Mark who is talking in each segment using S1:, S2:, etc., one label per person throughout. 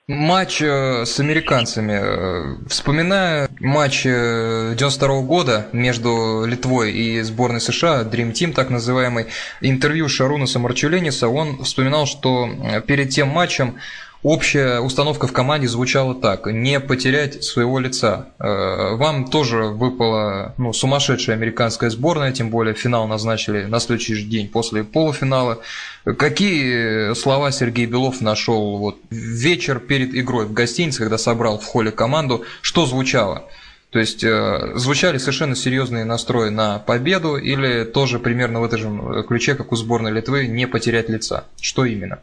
S1: Матч с американцами. Вспоминая матч 92 года между Литвой и сборной США, Dream Team так называемый, интервью Шарунаса Марчулениса, он вспоминал, что перед тем матчем общая установка в команде звучала так: не потерять своего лица. Вам тоже выпала сумасшедшая американская сборная, тем более финал назначили на следующий же день после полуфинала. Какие слова Сергей Белов нашел вечер перед игрой в гостинице, когда собрал в холле команду, что звучало? То есть звучали совершенно серьезные настрои на победу или тоже примерно в этом же ключе, как у сборной Литвы, не потерять лица? Что именно?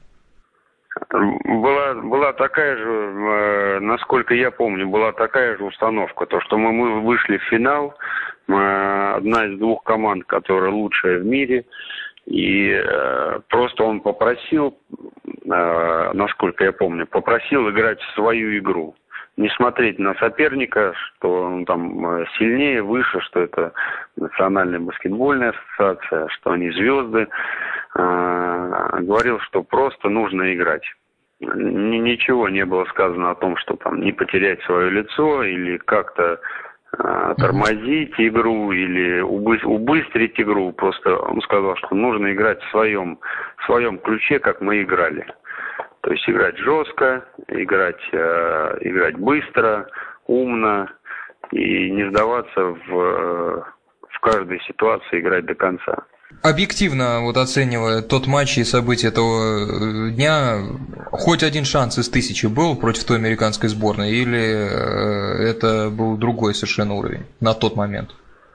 S2: Была такая же, насколько я помню, была такая же установка, то что мы вышли в финал, мы одна из двух команд, которая лучшая в мире, и просто он попросил, насколько я помню, попросил играть в свою игру, не смотреть на соперника, что он там сильнее, выше, что это Национальная баскетбольная ассоциация, что они звезды. Говорил, что просто нужно играть. Ничего не было сказано о том, что там не потерять свое лицо или как-то тормозить игру или убыстрить игру. Просто он сказал, что нужно играть в своем ключе, как мы играли. То есть играть жестко, играть быстро, умно и не сдаваться в каждой ситуации, играть до конца.
S1: Объективно, оценивая тот матч и события этого дня, хоть один шанс из 1000 был против той американской сборной, или это был другой совершенно уровень на тот момент?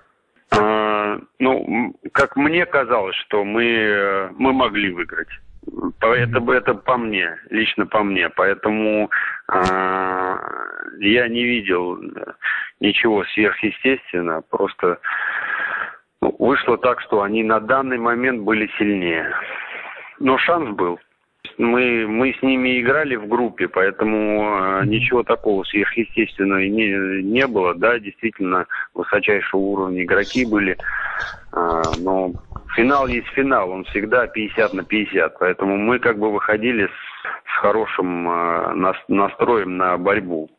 S2: Как мне казалось, что мы могли выиграть. Это по мне, лично по мне. Поэтому я не видел ничего сверхъестественного. Просто вышло так, что они на данный момент были сильнее. Но шанс был. Мы с ними играли в группе, поэтому ничего такого сверхъестественного не было. Да, действительно, высочайшего уровня игроки были. Но финал есть финал, он всегда 50/50. Поэтому мы выходили с хорошим настроем на борьбу.